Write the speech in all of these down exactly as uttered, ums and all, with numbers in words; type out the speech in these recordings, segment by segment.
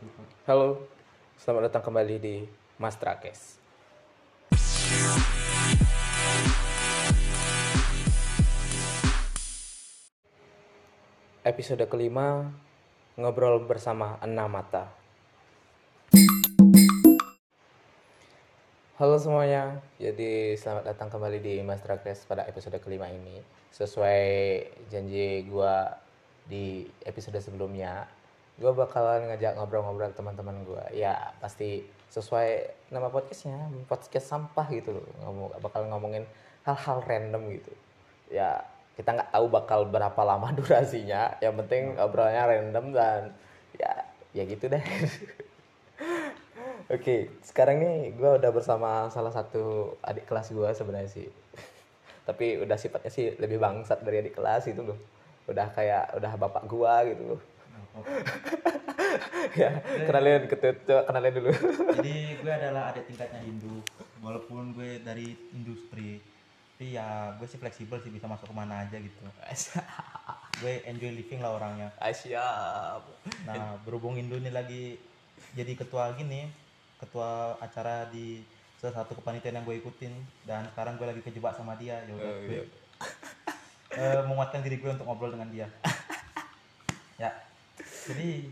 Halo, selamat datang kembali di Mas Trakes. Episode kelima, ngobrol bersama enam mata. Halo semuanya, jadi selamat datang kembali di Mas Trakes pada episode kelima ini. Sesuai janji gue di episode sebelumnya, gue bakalan ngajak ngobrol-ngobrol teman-teman gue. Ya pasti sesuai nama podcastnya, podcast sampah gitu loh. Ngomong, bakal ngomongin hal-hal random gitu. Ya kita nggak tahu bakal berapa lama durasinya. Yang penting ngobrolnya random dan ya ya gitu deh. Oke, sekarang nih gue udah bersama salah satu adik kelas gue sebenarnya sih. Tapi udah sifatnya sih lebih bangsat dari adik kelas gitu loh. Udah kayak udah bapak gue gitu loh. Ya, kenalin ketut, coba kenalin dulu. Jadi gue adalah adik tingkatnya Hindu, walaupun gue dari industri, tapi ya gue sih fleksibel sih, bisa masuk kemana aja gitu. Gue enjoy living lah orangnya. Ah, siap. Nah berhubung Hindu ini lagi jadi ketua gini, ketua acara di salah satu kepanitiaan yang gue ikutin, dan sekarang gue lagi kejebak sama dia. Ya udah, Oh, gue iya. eh, menguatkan diri gue untuk ngobrol dengan dia. Ya, jadi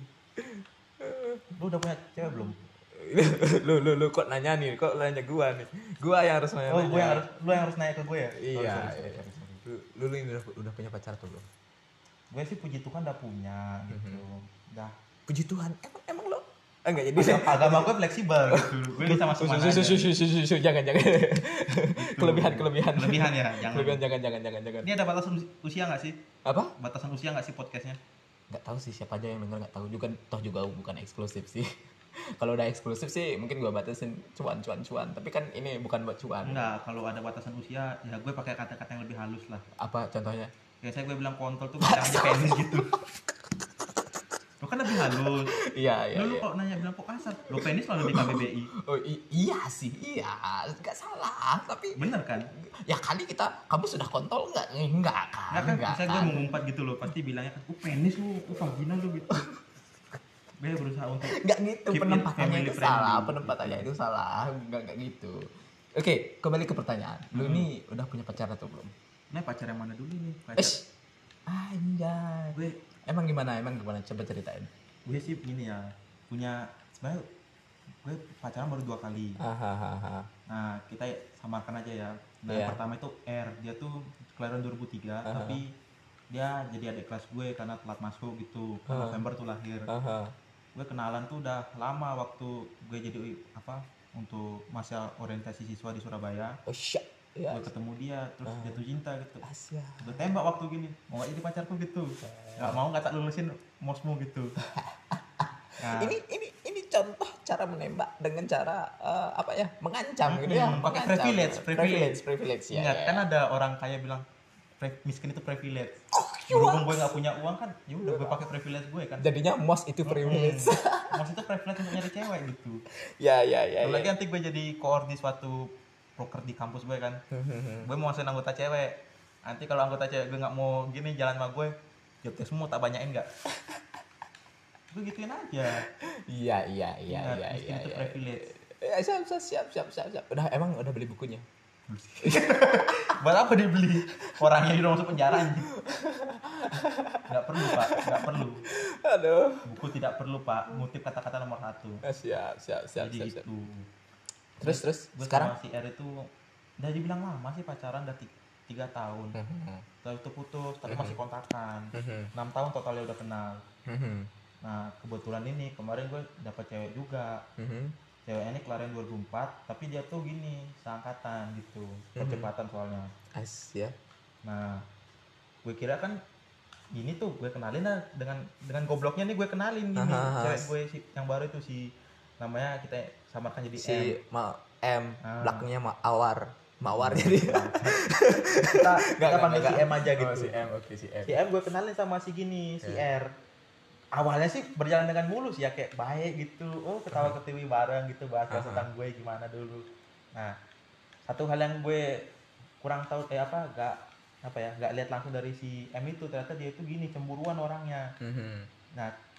lu udah punya cewek belum? lu lu lu kok nanya nih, kok nanya gua nih. Gua yang harus nanya. Oh, gue yang harus, lu yang harus nanya ke gue ya? Iya. Sorry, sorry, sorry, Iya. sorry, sorry. Lu, lu, lu ini udah, udah punya pacar atau belum? Gue sih puji Tuhan udah punya gitu. Udah. Puji Tuhan. Emang emang lo? Ah, enggak jadi. Agama, agama gue fleksibel gitu. Gue bisa masuk mana aja. Su- su- su- su- su- su- jangan jangan. Kelebihan kelebihan. Kelebihan ya, jangan. Kelebihan jangan jangan jangan jangan. Ini ada batasan usia nggak sih? Apa? Batasan usia nggak sih podcastnya? Nggak tahu sih, siapa aja yang denger, nggak tahu juga, toh juga bukan eksklusif sih. Kalau udah eksklusif sih mungkin gua batasin cuan cuan cuan, tapi kan ini bukan buat cuan. Enggak, kalau ada batasan usia ya gue pakai kata-kata yang lebih halus lah. Apa contohnya? Kayak saya gue bilang kontol tuh jangan aja penis gitu. Lo kan lebih halus. Iya iya. Lo, lo iya. kalau nanya bilang kok kasar, lo penis lalu di K B B I. Oh i- iya sih, iya, nggak salah, tapi Bener kan? ya kali kita, kamu sudah kontol nggak? Enggak kan? Nggak kan, Enggak saya kan? gue mau ngumpat gitu loh, pasti bilangnya kan, oh penis lu, oh vagina lu gitu. Gue berusaha untuk Nggak gitu, keep it penempatannya family itu friendly. salah, penempatannya itu salah, nggak nggak gitu. Oke, kembali ke pertanyaan. Lu Hmm. ini udah punya pacar atau belum? Nah pacar yang mana dulu nih? Pacar. Eh, anjay. Gue Emang gimana? Emang gimana? Coba ceritain. gue sih gini ya, punya sebenarnya gue pacaran baru dua kali. Hahaha. Nah kita samakan aja ya. Nah Iya. yang pertama itu R, dia tuh kelahiran dua ribu tiga, Aha. tapi dia jadi adik kelas gue karena telat masuk gitu. Aha. November tuh lahir. Haha. Gue kenalan tuh udah lama waktu gue jadi apa untuk masa orientasi siswa di Surabaya. Oh shit. Ya. Gue ketemu dia terus Ah. jatuh cinta gitu. Asia. Gue tembak waktu gini, mau gak jadi pacarku gitu. Gak mau, gak tak lulusin mosmu gitu. Nah, Ini ini ini contoh cara menembak dengan cara eh, apa ya? Mengancam gitu ya. Mm-mm, pakai Mengancam. privilege, privilege. privilege, privilege ya. ingat ya, kan ya. ada orang kaya bilang "Pre- miskin itu privilege." Oh, Berhubung gue gak punya uang kan, ya udah gue pakai privilege gue kan. Jadinya mos itu privilege. Mm-mm. Maksudnya privilege untuk nyari cewek gitu. Ya ya ya. Belum lagi ya. nanti gue jadi koor di suatu proker di kampus gue kan. Gue mau masukin anggota cewek. Nanti kalau anggota cewek gue nggak mau gini jalan sama gue, job test semua tak banyain nggak? Gue gituin aja. Iya iya iya Ingat, iya miskin iya. itu iya. privilege. Ya, siap, siap, siap, siap, siap, siap. Udah, emang udah beli bukunya? Buat apa dibeli? Orangnya udah masuk penjara anjing. Nggak perlu pak, nggak perlu. Aduh. Buku tidak perlu pak. Ngutip kata-kata nomor satu. Ah, siap, siap, siap, Jadi siap, siap. gitu. Terus, terus, Gue sekarang? sama si R itu udah dibilang lama sih pacaran, udah ti- tiga tahun. Setelah itu putus, tapi masih kontakan. Enam tahun totalnya udah kenal. Nah kebetulan ini kemarin gue dapet cewek juga. Cewek ini kelahiran dua ribu empat, tapi dia tuh gini, seangkatan gitu, percepatan soalnya. As, ya. Nah, gue kira kan gini tuh, gue kenalin lah dengan dengan gobloknya nih gue kenalin gini, Aha. cewek gue si, yang baru itu si namanya kita samakan jadi Si M. Ma M, Ah. belakangnya Ma Awar. Mawar jadi. Kita kita panggil si M aja gitu. Oh, si M, oke si M. Si M gue kenalin sama si gini, si R. Awalnya sih berjalan dengan mulus ya, kayak baik gitu. Oh, ketawa ketiwi bareng gitu, bahas-bahas Aha. tentang gue gimana dulu. Nah, satu hal yang gue kurang tahu kayak apa, gak apa ya, gak lihat langsung dari si M itu, ternyata dia itu gini, cemburuan orangnya. Nah,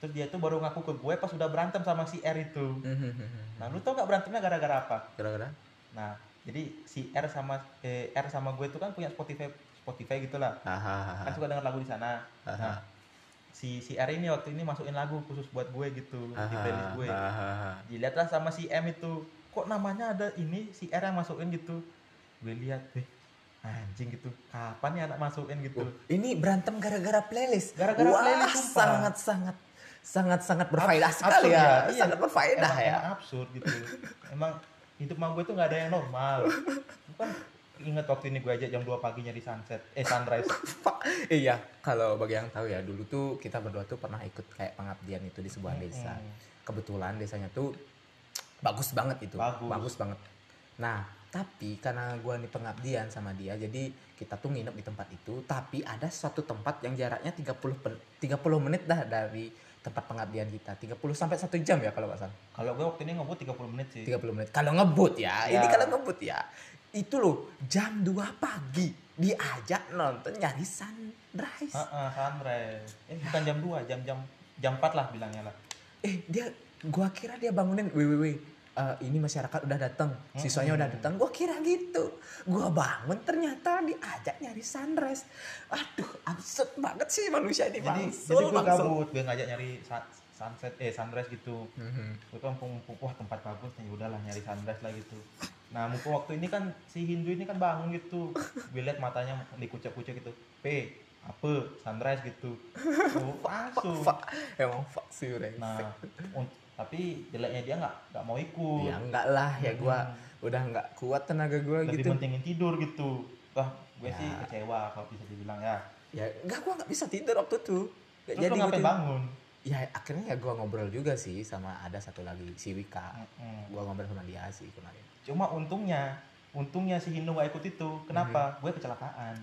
Terus dia tuh baru ngaku ke gue pas udah berantem sama si R itu. Nah lu tau gak berantemnya gara-gara apa? Gara-gara? Nah jadi si R sama eh, R sama gue tuh kan punya Spotify Spotify gitulah. Kan suka denger lagu di sana. Nah si si R ini waktu ini masukin lagu khusus buat gue gitu di playlist gue. Dilihatlah sama si M itu, kok namanya ada ini si R yang masukin gitu. Gue lihat, eh anjing gitu, kapan ya anak masukin gitu. Oh, ini berantem gara-gara playlist. Gara-gara Wah, playlist sumpah. sangat-sangat sangat-sangat berfaedah Abs- sekali absurd ya. ya, iya. Sangat berfaedah emang, ya. Emang absurd gitu. Emang hidup sama gue tuh nggak ada yang normal. Bukan inget waktu ini gue aja jam dua pagi nyari sunset, eh sunrise. Iya, kalau bagi yang tahu ya, dulu tuh kita berdua tuh pernah ikut kayak pengabdian itu di sebuah desa. Hmm. Kebetulan desanya tuh bagus banget itu, Bagus. bagus banget. Nah, tapi karena gua nih pengabdian sama dia, jadi kita tuh nginep di tempat itu. Tapi ada suatu tempat yang jaraknya tiga puluh pen- tiga puluh menit dah dari tempat pengabdian kita, tiga puluh sampai satu jam ya kalau nggak salah. Kalau gue waktu ini ngebut tiga puluh menit sih. tiga puluh menit. Kalau ngebut ya, Ya. ini kalau ngebut ya. Itu loh, jam dua pagi diajak nonton nyari sunrise. Heeh, sunrise. Eh bukan jam dua, jam-jam jam empat lah bilangnya lah. Eh, dia gua kira dia bangunin, "Weh, weh, weh. Uh, ini masyarakat udah datang, siswanya udah datang." Gua kira gitu. Gua bangun ternyata diajak nyari sunrise. Aduh, absurd banget sih manusia ini. Jadi bangsul, jadi gue bangsul. gabut, gue ngajak nyari sa- sunset eh sunrise gitu. Mhm. Gue kan mumpung wah tempat bagus nih, udahlah nyari sunrise lah gitu. Nah mumpung waktu ini kan si Hindu ini kan bangun gitu, gue lihat matanya dikucek-kucek gitu, P apa sunrise gitu. Oh, langsung. Fuck, emang fuck sih brengsek. Nah un- tapi jeleknya dia nggak nggak mau ikut. Ya enggak lah, ya gua udah enggak kuat tenaga gua Lebih gitu. pentingin tidur gitu. Wah gue Ya. sih kecewa kalau bisa dibilang ya. Ya enggak, gua enggak bisa tidur waktu itu. Nggak Terus lu ngapain gitu. bangun? Ya akhirnya ya gua ngobrol juga sih sama ada satu lagi si Wika. Mm-mm. Gua ngobrol sama dia sih kemarin. Cuma untungnya, untungnya si Hindu gak ikut itu. Kenapa? Gue kecelakaan.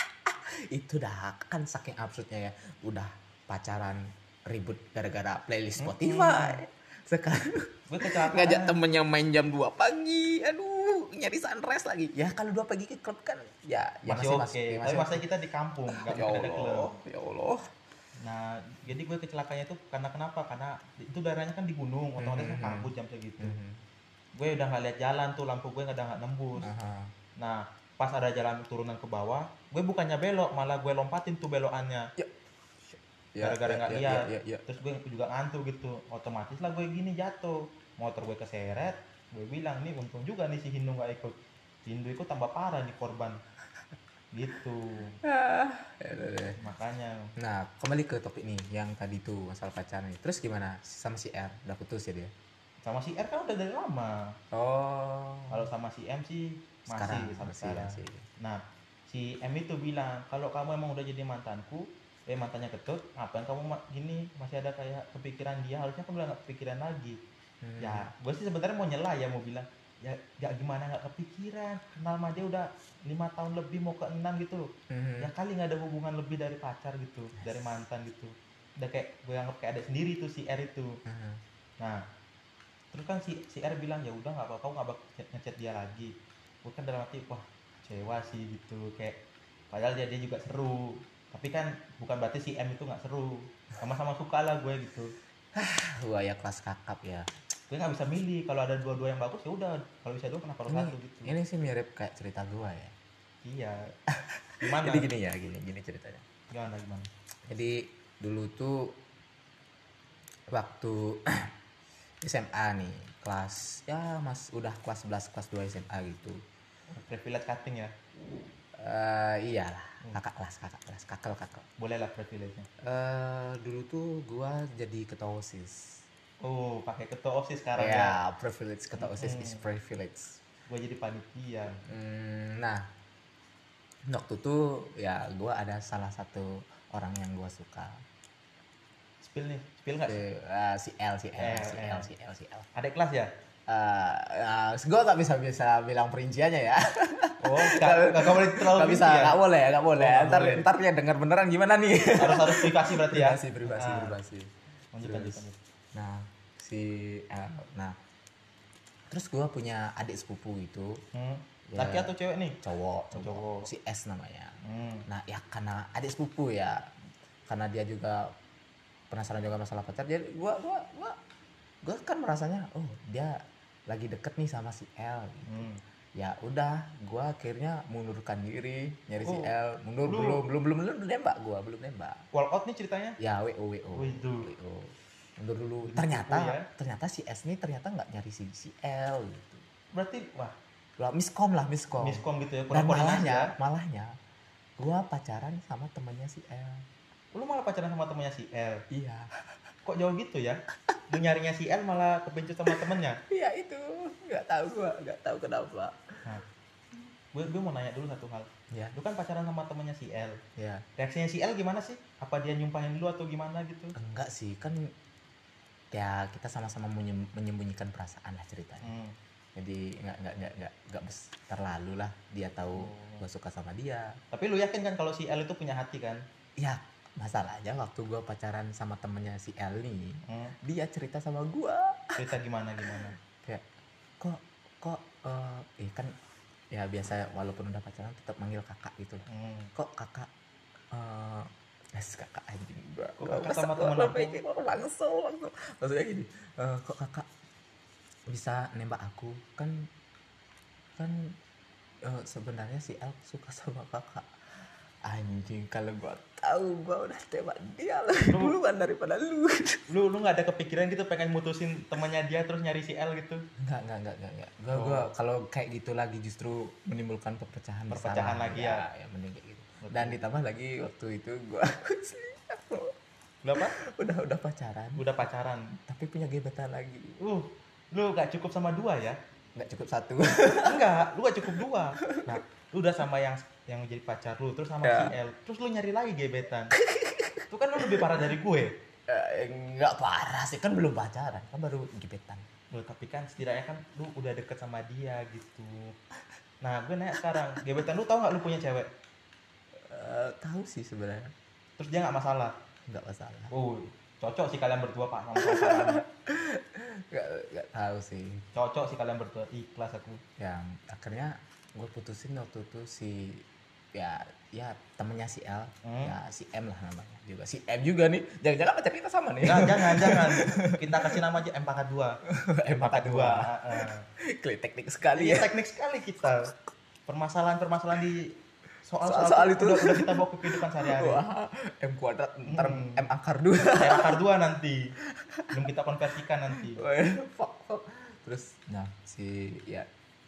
Itu dah kan saking absurdnya ya, udah pacaran ribut gara-gara playlist Spotify. Sekarang Gue kecelakaan. ngajak temennya main jam dua pagi. Aduh, nyari sunrise lagi. Ya kalau dua pagi ke klub kan ya, ya Masih oke. ya Tapi masa kita di kampung, gak ya mungkin ada klub. Allah, ya Allah. Nah, jadi gue kecelakaannya itu karena kenapa? Karena itu daerahnya kan di gunung, otomatis kan Mhm. kabut jam segitu. Mhm. Gue udah nggak lihat jalan tuh, lampu gue nggak ada nggak nembus. Aha. Nah, pas ada jalan turunan ke bawah, gue bukannya belok, malah gue lompatin tuh belokannya. Ya. Gara-gara nggak ya, lihat. ya, ya, ya. Terus gue juga ngantuk gitu. Otomatis lah gue gini jatuh. Motor gue keseret. Gue bilang nih untung juga nih si Hindu nggak ikut. Si Hindu ikut tambah parah nih korban. Gitu. Ah, ya udah deh. Makanya. Nah, kembali ke topik nih yang tadi tuh masalah pacaran nih. Terus gimana sama si R? Udah putus ya dia? Sama si R kan udah dari lama. Oh. Kalau sama si M sih masih Sekarang, sampai masih, sekarang. masih. Nah, si M itu bilang kalau kamu emang udah jadi mantanku, eh mantannya Ketut, ngapain kamu ma- gini masih ada kayak kepikiran dia? Harusnya kamu udah nggak kepikiran lagi. Hmm. Ya, gue sih sebenarnya mau nyela ya, mau bilang ya gak gimana nggak kepikiran, kenal sama dia udah lima tahun lebih mau ke enam gitu loh. Mhm. Ya kali nggak ada hubungan lebih dari pacar gitu, dari mantan gitu. Udah kayak gue anggap kayak ada sendiri tuh si R itu. Mhm. Nah, terus kan si si R bilang ya udah nggak apa-apa, nggak bakal ngechat, ngechat dia lagi. Gue kan dalam hati wah kecewa sih gitu, kayak padahal dia dia juga seru. Tapi kan bukan berarti si M itu nggak seru. Sama-sama suka lah gue gitu. Wah ya kelas kakap ya. Gue nggak bisa milih, kalau ada dua-dua yang bagus ya udah, kalau bisa dua kenapa harus Ini, satu gitu. ini sih mirip kayak cerita gua ya. Iya. Gimana? Jadi gini ya, gini gini ceritanya. Gimana gimana? Jadi dulu tuh waktu S M A nih, kelas ya mas udah kelas sebelas kelas dua S M A gitu. Privilege cutting ya. Eh iyalah, kakak kelas, kakak kelas, kakak kakak. Boleh lah privilege-nya. Eh dulu tuh gua jadi ketua OSIS. Oh, pakai ketua OSIS sekarang ya. Ya, privilege ketua OSIS Hmm. is privilege. Gue jadi panitia. Hmm, nah, waktu itu ya gue ada salah satu orang yang gue suka. Spill nih, spill nggak? Si, uh, si L, si L, L, si L, L. si L, si L. Adik kelas ya? Uh, uh, gue gak bisa bisa bilang perinciannya ya. Oh, nggak nggak boleh terlalu Gak bisa, tinggi ya? gak boleh, gak boleh. Oh, nggak ntar boleh. ntar dia dengar beneran gimana nih? Harus harus privasi berarti ya. Privasi, privasi, Ah. privasi. Lanjut, Terus, lanjut, lanjut. Nah, si L, nah, terus gue punya adik sepupu gitu, Hmm. Ya. Laki atau cewek nih? cowok, cowok, Cowok. si S namanya. Hmm. Nah ya karena adik sepupu ya, karena dia juga penasaran juga masalah pacar. Jadi gua gua gua gua kan merasanya oh dia lagi deket nih sama si L gitu. Hmm. Ya udah, gua akhirnya mundurkan diri nyari oh, si L. Mundur lu, belum belum belum belum nembak gua, belum nembak. Walk out nih ceritanya? Ya W O W O. W O. Mundur dulu. Ternyata ya? ternyata si S nih ternyata enggak nyari si, si L gitu. Berarti wah, lah miskom lah, miskom. Miskom gitu ya. Dan malahnya, ya? malahnya gua pacaran sama temannya si L. Lu malah pacaran sama temannya si L? Iya. Kok jauh gitu ya? Lu nyarinya si L malah kebencut sama temennya? Iya itu, nggak tahu gua, nggak tahu kenapa. Nah, gue gue mau nanya dulu satu hal. Ya. Lu kan pacaran sama temennya si L. Ya. Reaksinya si L gimana sih? Apa dia nyumpahin lu atau gimana gitu? Enggak sih, kan ya kita sama-sama menyembunyikan perasaan lah ceritanya. Hmm. Jadi nggak nggak nggak nggak nggak terlalu lah dia tahu oh. gue suka sama dia. Tapi lu yakin kan kalau si L itu punya hati kan? Ya. Masalahnya waktu gue pacaran sama temennya si El nih, hmm. dia cerita sama gue. Cerita gimana gimana? Kayak kok kok uh, eh kan ya biasa walaupun udah pacaran tetap manggil kakak gitu loh. Hmm. Kok kakak uh, yes, kakak anjing gue. Kok kakak sama temen aku langsung langsung. Maksudnya gini, uh, kok kakak bisa nembak aku kan kan uh, sebenarnya si El suka sama kakak. Anjing, kalau gua tahu gua udah tembak dia lebih duluan daripada lu. Lu lu enggak ada kepikiran gitu pengen mutusin temannya dia terus nyari si L gitu? Enggak, enggak, enggak, enggak. Gua oh. gua kalau kayak gitu lagi justru menimbulkan perpecahan perpecahan besar. lagi ya. Ya, ya mending kayak gitu. Betul. Dan ditambah lagi waktu itu gua Udah apa? Udah udah pacaran. Udah pacaran. Tapi punya gebetan lagi. Uh, lu enggak cukup sama dua ya? Enggak cukup satu. Enggak, lu enggak cukup dua. Nah, lu udah sama yang yang jadi pacar lu, terus sama ya. si L, terus lu nyari lagi gebetan. Itu kan lu lebih parah dari gue. Eh, enggak parah sih, kan belum pacaran, kan baru gebetan. Loh, tapi kan setidaknya kan lu udah deket sama dia gitu. Nah, gue nanya sekarang, gebetan lu tahu nggak lu punya cewek? Uh, tahu sih sebenarnya. Terus dia nggak masalah? Nggak masalah. Oh, cocok sih kalian berdua pak sama pacarannya. Nggak nggak tahu sih. Cocok sih kalian berdua, ikhlas aku. Yang akhirnya gue putusin waktu itu si ya ya temennya si L, hmm? ya si M lah namanya juga, si M juga nih, jangan-jangan pacar kita sama nih. Nah, jangan jangan kita kasih nama aja M pangkat dua. M pangkat dua. Klik teknik sekali ya. Teknik sekali kita. Permasalahan-permasalahan di soal soal, soal itu udah, udah kita bawa ke kehidupan sehari-hari. Wah, M kuadrat ntar hmm. M akar dua. M akar dua nanti. Belum kita konversikan nanti. Fuck, fuck. Terus nah si ya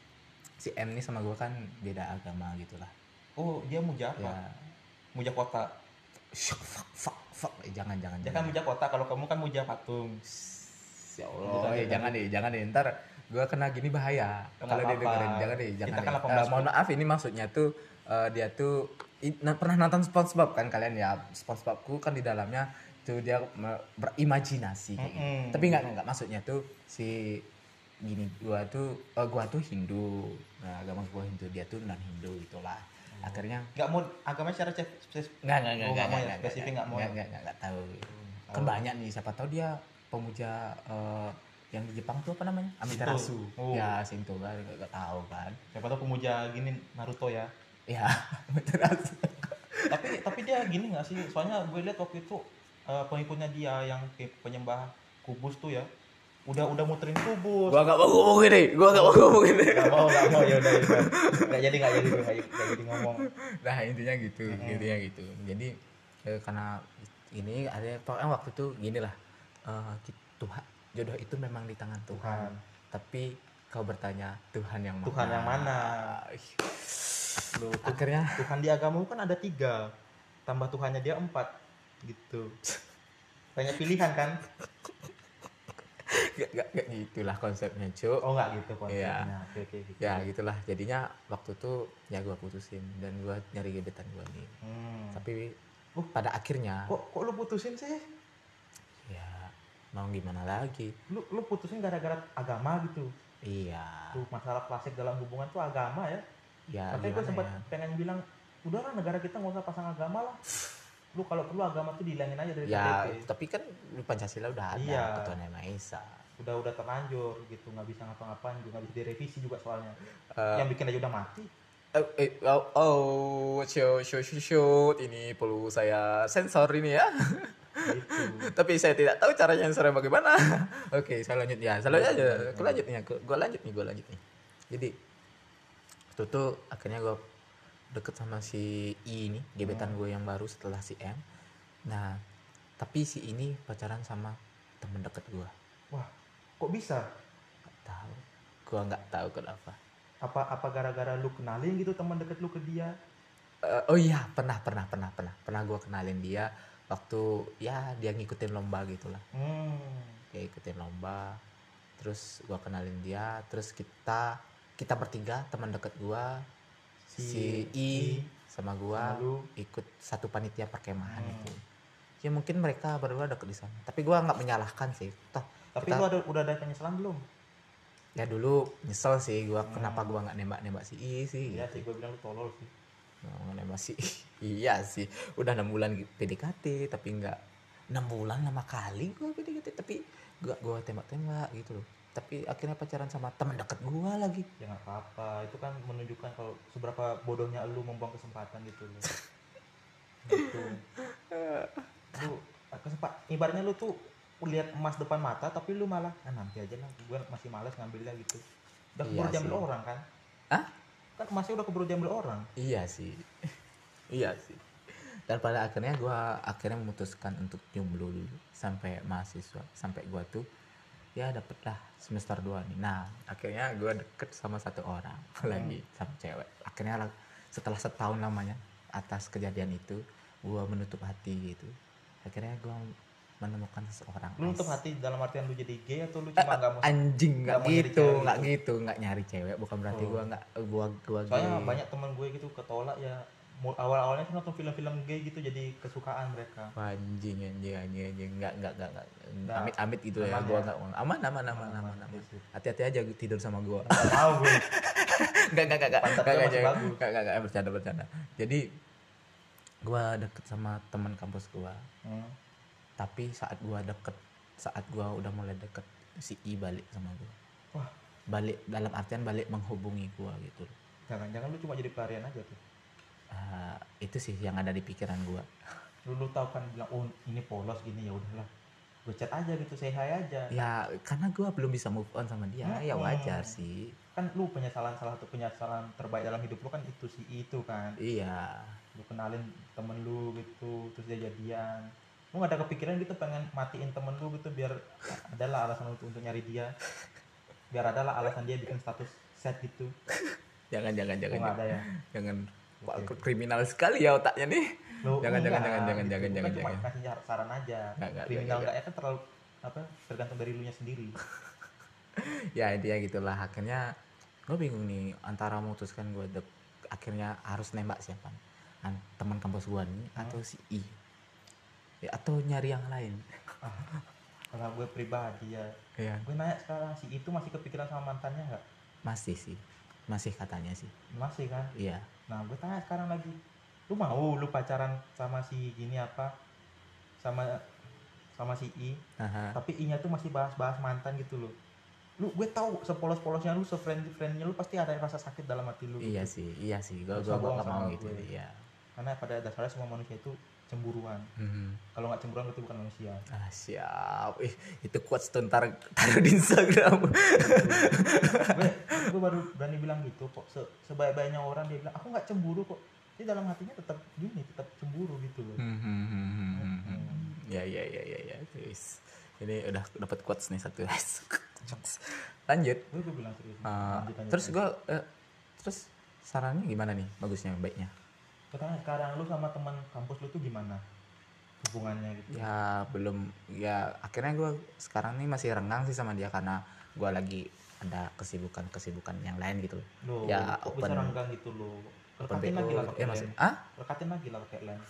si M nih sama gue kan beda agama gitulah. Oh, dia muja apa? Ya. Muja kota. Fuck, fuck, fuck. Eh, jangan, jangan. Dia kan muja kota, kalau kamu kan muja patung. Ya Allah, eh, jangan deh, jangan deh. Ntar gue kena gini bahaya. Kalau dia dengerin, jangan deh, jangan deh. Uh, mohon maaf, ini maksudnya tuh uh, dia tuh i, na, pernah nonton SpongeBob kan kalian ya? SpongeBobku kan di dalamnya tuh dia berimajinasi kayak mm-hmm. gitu. Tapi nggak nggak maksudnya tuh si gini, gua tuh uh, gua tuh Hindu. Nah, agama gua Hindu, dia tuh non Hindu gitulah. Akhirnya nggak mau agama secara spesifik nggak nggak nggak oh, nggak ya, spesifik nggak mau nggak nggak nggak tahu hmm, kan banyak nih, siapa tahu dia pemuja uh, yang di Jepang tuh apa namanya Amaterasu oh. ya Shinto kan nggak tahu kan, siapa tahu pemuja gini Naruto ya ya Amaterasu. tapi tapi dia gini nggak sih, soalnya gue lihat waktu itu uh, pengikutnya dia yang penyembah kubus tuh ya udah udah muterin kubus. Gua enggak mau ngomong ini, gua enggak mau ngomong ini. Enggak mau, enggak mau ya udah ya. Enggak jadi enggak jadi gue enggak jadi ngomong. Nah, intinya gitu, hmm. intinya gitu. Jadi eh, karena ini ada pokoknya waktu itu gini lah. Uh, Tuhan jodoh itu memang di tangan Tuhan. Tuhan. Tapi kau bertanya Tuhan yang mana? Tuhan yang mana? Loh, akhirnya Tuhan di agamamu kan ada tiga. Tambah Tuhannya dia empat gitu. Banyak pilihan kan? Gak, gak, gak gitulah konsepnya, Cuk. Oh, gak gitu konsepnya. Ya. Oke, oke, gitu. Ya, gitulah. Jadinya waktu itu ya gue putusin dan gue nyari gebetan gue nih. Hmm. Tapi uh, pada akhirnya kok kok lu putusin sih? Ya, mau gimana lagi? Lu lu putusin gara-gara agama gitu. Iya. Tuh masalah klasik dalam hubungan tuh agama ya. Ya. Tapi gue sempat ya? pengen bilang, udahlah negara kita nggak usah pasang agama lah. Lu kalau perlu agama tuh dihilangin aja dari ya, K T P. Tapi kan Pancasila udah ada, iya. Ketuhanan Yang Maha Esa. Udah udah terlanjur gitu, nggak bisa ngapa-ngapain juga, nggak bisa direvisi juga soalnya. Uh, yang bikin aja udah mati. Uh, eh, oh, oh, shoot, shoot, shoot, shoot, ini perlu saya sensor ini ya. Gitu. Tapi saya tidak tahu caranya yang sore bagaimana. Oke, saya lanjut ya. Saya lanjut aja. Aku lanjut nih. Aku, gua lanjut nih. Gua lanjut nih. Jadi itu tuh akhirnya gua deket sama si I ini, gebetan gue yang baru setelah si M. Nah, tapi si ini pacaran sama temen deket gue. Wah, kok bisa? Gak tahu. Gue nggak tahu kenapa. Apa apa gara-gara lu kenalin gitu teman deket lu ke dia? Uh, oh iya, pernah pernah pernah pernah pernah gue kenalin dia waktu ya dia ngikutin lomba gitulah. Hmm. Dia ikutin lomba. Terus gue kenalin dia. Terus kita kita bertiga teman deket gue. Si, si I, I sama gua sama ikut satu panitia perkemahan hmm. itu. Ya mungkin mereka berdua deket di sana. Tapi gua nggak menyalahkan sih. Toh, tapi kita, lu ada udah ada penyesalan belum? Ya dulu nyesel sih gua hmm. kenapa gua nggak nembak-nembak si I sih. Iya sih, gua bilang lu tolol sih. Nggak nembak si I. Iya sih. Udah enam bulan P D K T tapi nggak enam bulan lama kali gua P D K T tapi gua gua tembak-tembak gitu loh. Tapi akhirnya pacaran sama teman dekat gua lagi. Ya nggak apa-apa, itu kan menunjukkan kalau seberapa bodohnya lu membuang kesempatan gitu loh. Gitu. Lu kesempat, ibaratnya lu tuh lihat emas depan mata tapi lu malah ah, nanti aja lah, gua masih malas ngambilnya gitu. Udah keburu iya diambil orang kan? Hah? Kan emasnya udah keburu diambil orang. Iya sih. Iya sih. Dan pada akhirnya gua akhirnya memutuskan untuk jomblo dulu sampai mahasiswa, sampai gua tuh ya dapet lah semester dua nih. Nah akhirnya gue deket sama satu orang hmm. lagi sama cewek. Akhirnya setelah setahun lamanya atas kejadian itu gue menutup hati gitu. Akhirnya gue menemukan seseorang. Lu menutup hati dalam artian lu jadi gay atau lu cuma nggak uh, mau anjing nggak gitu nggak gitu nggak nyari cewek, bukan berarti oh. gue nggak gue gue soalnya gay. Banyak teman gue gitu ketolak ya awal-awalnya tuh nonton film-film gay gitu jadi kesukaan mereka. Anjing anjing anjing anjing nggak nggak nggak nggak amit amit gitu ya. Gua nggak aman aman aman aman aman. Hati-hati aja tidur sama gua. Nggak tahu gue. Nggak nggak nggak nggak nggak nggak nggak bercanda bercanda. Jadi gua deket sama teman kampus gua. Hmm. Tapi saat gua deket saat gua udah mulai deket si I balik sama gua. Wah. Balik dalam artian balik menghubungi gua gitu. Jangan-jangan lu cuma jadi pelarian aja tuh. Uh, itu sih yang ada di pikiran gue. Lu, lu tahu kan bilang oh ini polos gini, ya udahlah gue chat aja gitu, say hi aja. Ya karena gue belum bisa move on sama dia. Hmm. Ya wajar sih. Kan lu penyesalan, salah satu penyesalan terbaik dalam hidup lu kan itu si itu kan. Iya. Lu kenalin temen lu gitu terus dia jadian. Lu gak ada kepikiran gitu pengen matiin temen lu gitu biar adalah alasan untuk, untuk nyari dia, biar adalah alasan dia bikin status set gitu. Jangan jangan jangan. Nggak ada ya. Jangan. Wah, okay. Kriminal sekali ya otaknya nih. Loh, jangan, jangan, enggak, jangan, jangan, gitu. jangan, jangan, cuma jangan. kasih saran aja. Enggak, enggak, kriminal enggak ya kan terlalu apa tergantung dari lu nya sendiri. Ya intinya gitulah. Akhirnya gue bingung nih antara memutuskan gue de- akhirnya harus nembak siapa, An- teman kampus gue nih hmm. atau si I, ya, atau nyari yang lain. Ah, kalau gue pribadi ya, ya. Gue nanya sekarang si itu masih kepikiran sama mantannya nggak? Masih sih. Masih katanya sih. Masih kan? Iya. Nah gue tanya sekarang lagi, lu mau lu pacaran sama si gini apa, sama sama si I, uh-huh. tapi I-nya tuh masih bahas-bahas mantan gitu loh. Lu gue tahu sepolos-polosnya lu, sefriend-friendnya lu pasti ada rasa sakit dalam hati lu. Iya gitu. sih, iya sih. Gue gue gak mau gitu. Iya. Karena pada dasarnya semua manusia itu cemburuan. Mm-hmm. Kalau nggak cemburuan itu bukan manusia. Ah, siap. Ih, itu quotes tuh ntar taruh di Instagram. gue, gue baru berani bilang gitu kok. Se- sebaik-baiknya orang dia bilang aku nggak cemburu kok. Dia dalam hatinya tetap gini, tetap cemburu gitu loh. Hmm, hmm, hmm, hmm, hmm. Ya ya ya ya ya. Guys. Ini udah dapat quotes nih satu. Lanjut. Gue, gue bilang serius. Uh, lanjut, lanjut, terus gue, uh, terus sarannya gimana nih? Bagusnya, baiknya? Sekarang sekarang lu sama teman kampus lu tuh gimana hubungannya gitu? Ya belum, ya akhirnya gue sekarang nih masih renggang sih sama dia karena gue lagi ada kesibukan-kesibukan yang lain gitu loh. Ya kok open, bisa renggang gitu loh. Rekatin lagi lah pakai ya, maksud, ah? Rekatin lagi lah pakai lens.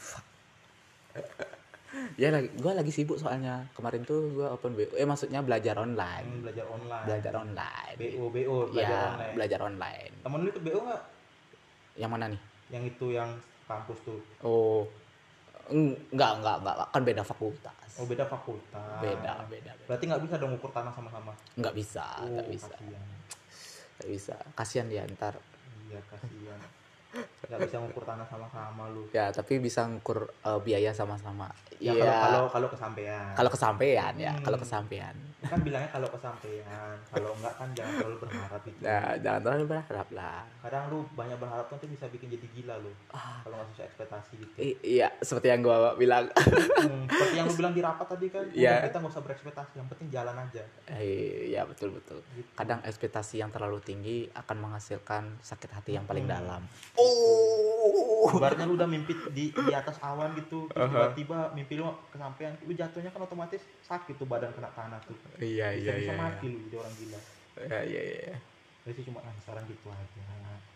Ya gue lagi sibuk soalnya kemarin tuh gue open B O, eh maksudnya belajar online. Hmm, belajar online. Belajar online. B O B O belajar ya, online. Belajar online. Temen lu ikut B O nggak? Yang mana nih? Yang itu yang kampus tuh. Oh, enggak enggak enggak kan beda fakultas. Oh beda fakultas. Beda beda. beda. Berarti nggak bisa dong ukur tanah sama-sama. Nggak bisa, nggak oh, bisa. Nggak bisa. Kasihan dia ntar. Iya kasihan. nggak bisa ngukur tanah sama-sama lu. Ya, tapi bisa ngukur uh, biaya sama-sama. Ya Iya. kalau kalau kalau kesampean. Kalau kesampean ya, Hmm. kalau kesampean. Kan bilangnya kalau kesampean, kalau enggak kan jangan terlalu berharap itu. Nah, jangan terlalu berharap lah. Kadang lu banyak berharap nanti bisa bikin jadi gila lu. Ah. Kalau nggak sesuai ekspektasi gitu. I- iya, seperti yang gua bilang. Hmm, seperti yang lu bilang di rapat tadi kan, yeah. Kita nggak usah berekspektasi, yang penting jalan aja. Iya, betul betul. Gitu. Kadang ekspektasi yang terlalu tinggi akan menghasilkan sakit hati yang paling hmm. dalam. Oh. Ibaratnya lu udah mimpi di di atas awan gitu, terus uh-huh. tiba-tiba mimpi lu kesampaian, lu jatuhnya kan otomatis sakit tuh badan kena tanah tuh. Iya iya iya. Bisa mati iya. Lu jadi orang gila. Iya iya iya. Jadi cuma ngasih saran gitu aja.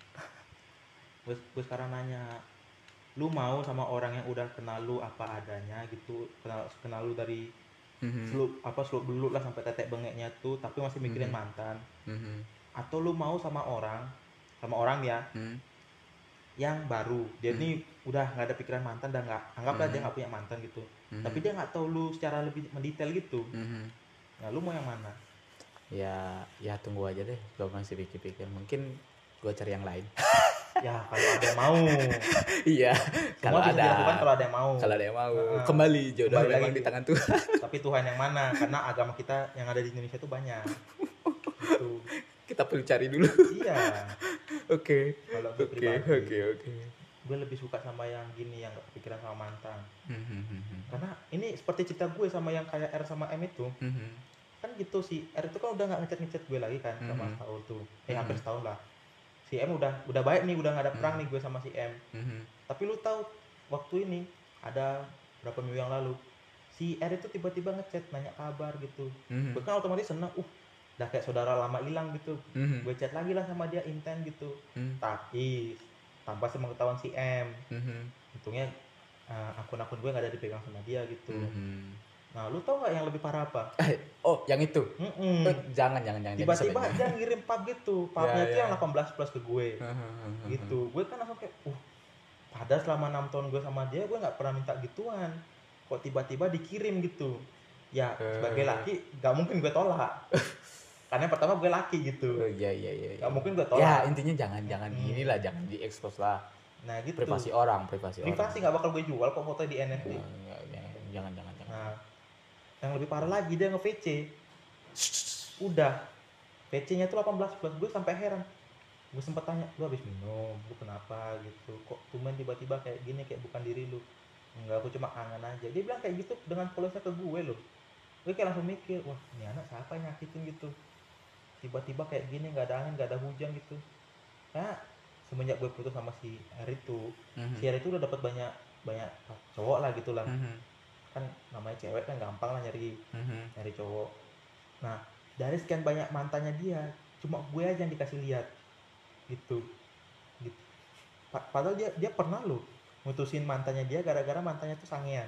Gue gue sekarang nanya, lu mau sama orang yang udah kenal lu apa adanya gitu, kenal kenal lu dari mm-hmm. seluk apa seluk belut lah sampai tetek bengeknya tuh, tapi masih mikirin mm-hmm. mantan. Mm-hmm. Atau lu mau sama orang sama orang ya mm-hmm. yang baru, dia mm-hmm. nih udah nggak ada pikiran mantan dan nggak anggaplah mm-hmm. dia nggak punya mantan gitu, mm-hmm. tapi dia nggak tahu lu secara lebih mendetail gitu. Mm-hmm. Nah lu mau yang mana? Ya ya tunggu aja deh, gue masih pikir-pikir, mungkin gue cari yang lain. Ya kalau ada yang mau. Iya. Kalau ada dilakukan kalau ada yang mau. Kalau ada yang mau. Nah, kembali jodoh kembali memang di tangan Tuhan. Tapi Tuhan yang mana? Karena agama kita yang ada di Indonesia itu banyak. Gitu. Kita perlu cari dulu. Iya. Oke. Kalau gue Oke, pribadi. Oke, oke. Gue lebih suka sama yang gini, yang gak kepikiran sama mantan. Karena ini seperti cerita gue sama yang kayak R sama M itu. Kan gitu sih. R itu kan udah gak ngechat-ngechat gue lagi kan sama setahun tuh. Eh hampir setahun lah. Si M udah udah baik nih, udah nggak ada perang mm-hmm. nih gue sama si M. Mm-hmm. Tapi lu tahu waktu ini ada berapa minggu yang lalu si R itu tiba-tiba ngechat nanya kabar gitu. Mm-hmm. Gue kan otomatis seneng, uh udah kayak saudara lama hilang gitu. Mm-hmm. Gue chat lagi lah sama dia intens gitu. Mm-hmm. Tapi tanpa sepengetahuan si M. Mm-hmm. Untungnya uh, akun-akun gue nggak ada dipegang sama dia gitu. Mm-hmm. Nah, lu tau gak yang lebih parah apa? Oh, yang itu? Oh, jangan, jangan, jangan. Tiba-tiba dia ngirim pub gitu. Pubnya yeah, tuh yeah. yang delapan belas plus ke gue. Gitu. Gue kan langsung kayak, uh, padahal selama enam tahun gue sama dia, gue gak pernah minta gituan. Kok tiba-tiba dikirim gitu. Ya, sebagai laki, gak mungkin gue tolak. Karena yang pertama gue laki gitu. Oh, iya, iya, iya. Gak mungkin gue tolak. Ya, intinya jangan, jangan hmm. gini lah, jangan di-expose lah. Nah, gitu. Privasi orang, privasi, privasi orang. Privasi gak bakal gue jual kok foto di N F T. Oh, ya, ya. Jangan, jangan, jangan. Nah, yang lebih parah lagi dia nge-V C. Udah V C-nya tuh delapan belas plus. Gue sampai heran. Gue sempet tanya, lu habis minum, lu kenapa gitu? Kok tumben tiba-tiba kayak gini, kayak bukan diri lu? Enggak, aku cuma kangen aja. Dia bilang kayak gitu dengan polosnya ke gue loh. Gue kayak langsung mikir, wah ini anak siapa yang nyakitin gitu? Tiba-tiba kayak gini, gak ada angin, gak ada hujan gitu. Nah, semenjak gue putus sama si R itu, mm-hmm. si R itu udah dapat banyak banyak cowok lah gitu lah. Mm-hmm. Kan namanya cewek kan gampang lah nyari mm-hmm. nyari cowok. Nah dari sekian banyak mantannya dia cuma gue aja yang dikasih lihat gitu, gitu. Padahal dia dia pernah loh mutusin mantannya dia gara-gara mantannya tuh sangean.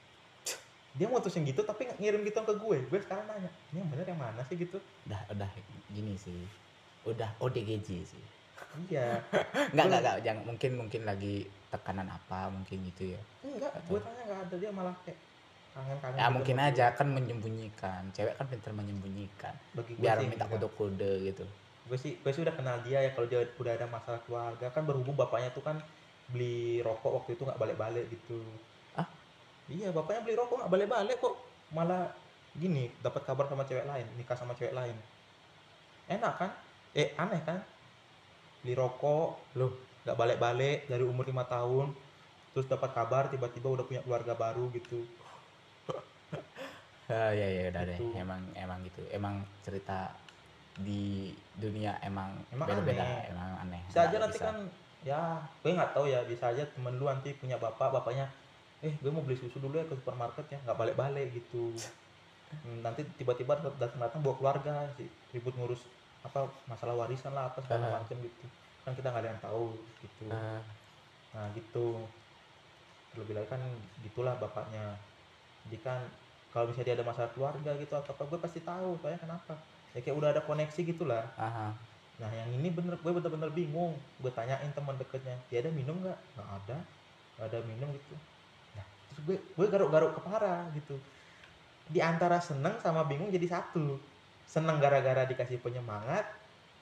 Dia mutusin gitu tapi ngirim gitu ke gue. Gue sekarang nanya, ini yang bener yang mana sih gitu? Udah udah gini sih, udah O D G J sih. Iya. Enggak enggak enggak jangan, mungkin mungkin lagi tekanan apa mungkin gitu ya. Enggak, atau... gue tanya enggak ada, dia malah kayak kangen-kangen. Ya gitu mungkin aja gue. Kan menyembunyikan. Cewek kan pintar menyembunyikan. Biar sih, minta kode-kode gitu. Gue sih gue sih udah kenal dia ya, kalau dia udah ada masalah keluarga kan, berhubung bapaknya tuh kan beli rokok waktu itu enggak balik-balik gitu. Ah? Iya, bapaknya beli rokok enggak balik-balik kok. Malah gini, dapat kabar sama cewek lain, nikah sama cewek lain. Enak kan? Eh, aneh kan? Beli rokok, loh, enggak balik-balik dari umur lima tahun. Terus dapat kabar tiba-tiba udah punya keluarga baru gitu. Ah ya ya udah gitu. Deh, emang emang gitu, emang cerita di dunia emang, emang beda-beda, aneh. Emang aneh. Bisa aja nanti bisa. Kan, ya, gue nggak tahu ya, bisa aja temen lu nanti punya bapak, bapaknya, eh gue mau beli susu dulu ya ke supermarket ya, nggak balik-balik gitu. Nanti tiba-tiba datang-datang bawa keluarga, ribut ngurus apa masalah warisan lah apa segala uh-huh. macam gitu. Kan kita nggak ada yang tahu gitu. Uh. Nah gitu. Lebih lagi kan gitulah bapaknya. Jadi kan kalau misalnya dia ada masalah keluarga gitu atau apa, gue pasti tahu soalnya kenapa ya, kayak udah ada koneksi gitulah. Uh-huh. Nah yang ini bener, gue bener-bener bingung. Gue tanyain teman deketnya, dia ada minum nggak? Nggak ada, nggak ada minum gitu. Nah terus gue gue garuk-garuk kepala gitu, di antara seneng sama bingung jadi satu. Seneng gara-gara dikasih penyemangat,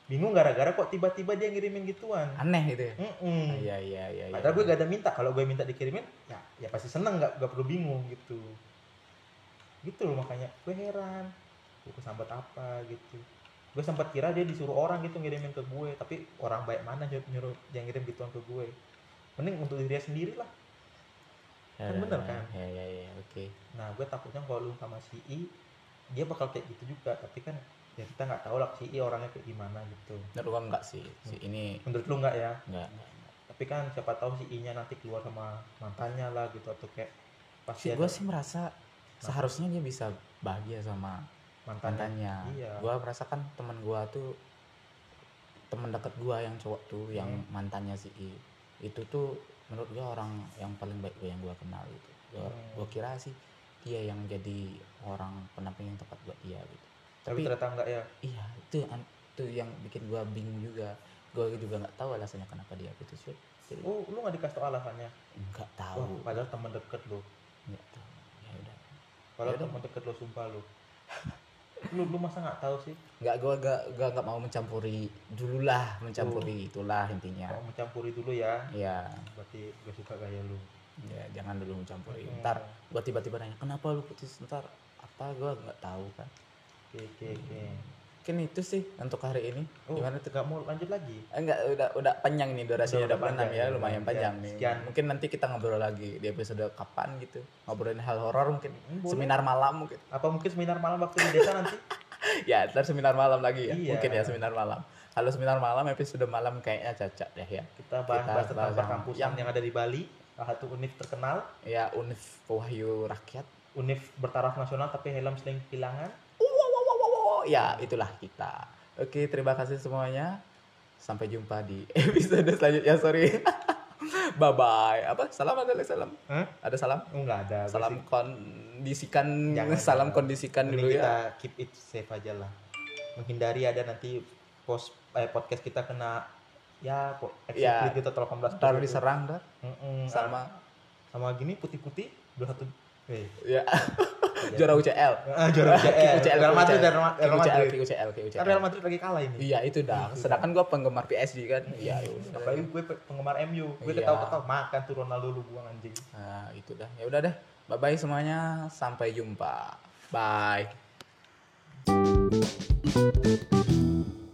bingung gara-gara kok tiba-tiba dia ngirimin gituan. Aneh gitu ya. Mm-mm. Iya iya iya. Padahal ya. gue gak ada minta, kalau gue minta dikirimin ya ya pasti seneng, nggak nggak perlu bingung gitu. Gitu loh, makanya gue heran gue kesambat apa gitu. Gue sempat kira dia disuruh orang gitu ngirimin ke gue, tapi orang baik mana nyuruh, nyuruh yang ngirim gituan ke gue. Mending untuk diri dia sendiri lah. Ya, Kan bener kan? Ya ya ya oke. Okay. Nah gue takutnya kalau lu sama si I dia bakal kayak gitu juga, tapi kan ya kita nggak tahu lah si I orangnya kayak gimana gitu. Menurut gua enggak sih, si ini. Menurut lu nggak ya? Enggak, enggak, enggak. Tapi kan siapa tahu si I-nya nanti keluar sama mantannya lah gitu, atau kayak pasti gue sih merasa seharusnya dia bisa bahagia sama mantannya. mantannya. Iya. Gue merasakan teman gue tuh, teman dekat gue yang cowok tuh, hmm. yang mantannya si I itu tuh menurut gue orang yang paling baik gue yang gue kenal gitu. Gue hmm. gue kira sih dia yang jadi orang pendamping yang tepat buat dia gitu. Tapi, tapi ternyata enggak ya? Iya, itu itu yang bikin gue bingung juga. Gue juga nggak tahu alasannya kenapa dia gitu sih. Jadi, oh, lu nggak dikasih tau alasannya? Nggak tahu. Wah, padahal teman deket lu. Nggak tahu. Ya udah. Padahal teman deket lu, sumpah lu. lu lu masa nggak tahu sih? Nggak, gue nggak nggak nggak mau mencampuri dulu lah, mencampuri oh. itulah intinya. Mau mencampuri dulu ya? Iya. Berarti gue suka gaya lu. Ya jangan dulu mencampuri. Hmm. Ntar gue tiba-tiba nanya kenapa lu putus, ntar apa gue nggak tahu kan. Oke oke oke. Mungkin itu sih untuk hari ini. Oh, gimana tuh? Gak mau lanjut lagi? Enggak, udah udah panjang nih durasinya, udah panjang ya, lumayan ya, panjang nih. Sekian. Mungkin nanti kita ngobrol lagi di episode kapan gitu. Ngobrolin hal horor mungkin. Boleh. Seminar malam mungkin. Apa mungkin seminar malam waktu di desa nanti? Ya, ntar seminar malam lagi ya. Iya. Mungkin ya seminar malam. Kalau seminar malam, episode malam kayaknya cacat deh ya. Kita bahas tentang perkampusan yang, yang ada di Bali, salah satu univ terkenal. Ya, Univ Wahyu Rakyat. Univ bertaraf nasional tapi helm sering kehilangan. Ya, itulah kita. Oke, terima kasih semuanya. Sampai jumpa di episode selanjutnya. Sorry. Bye bye. Apa? Salam ada salam? Huh? Ada salam? Enggak ada. Salam sih. Kondisikan. Jangan, salam jangan. Kondisikan dulu kita ya. Kita keep it safe aja lah. Menghindari ada nanti post eh, podcast kita kena ya ya gitu delapan belas. Taruh diserang dah. Sama sama gini putih-putih dua satu. Eh. Ya. Juara U C L. Ah, juara U C L. Real Madrid dan Real Madrid. U C L, U C L. Real Madrid lagi kalah ini. Iya, itu dah. Sedangkan gue penggemar P S G kan. Iya, udah. Apalagi gue penggemar M U. Gue ketawa-ketawa makan tuh Ronaldo lu buang anjing. Nah, itu dah. Ya udah deh. Bye bye semuanya. Sampai jumpa. Bye.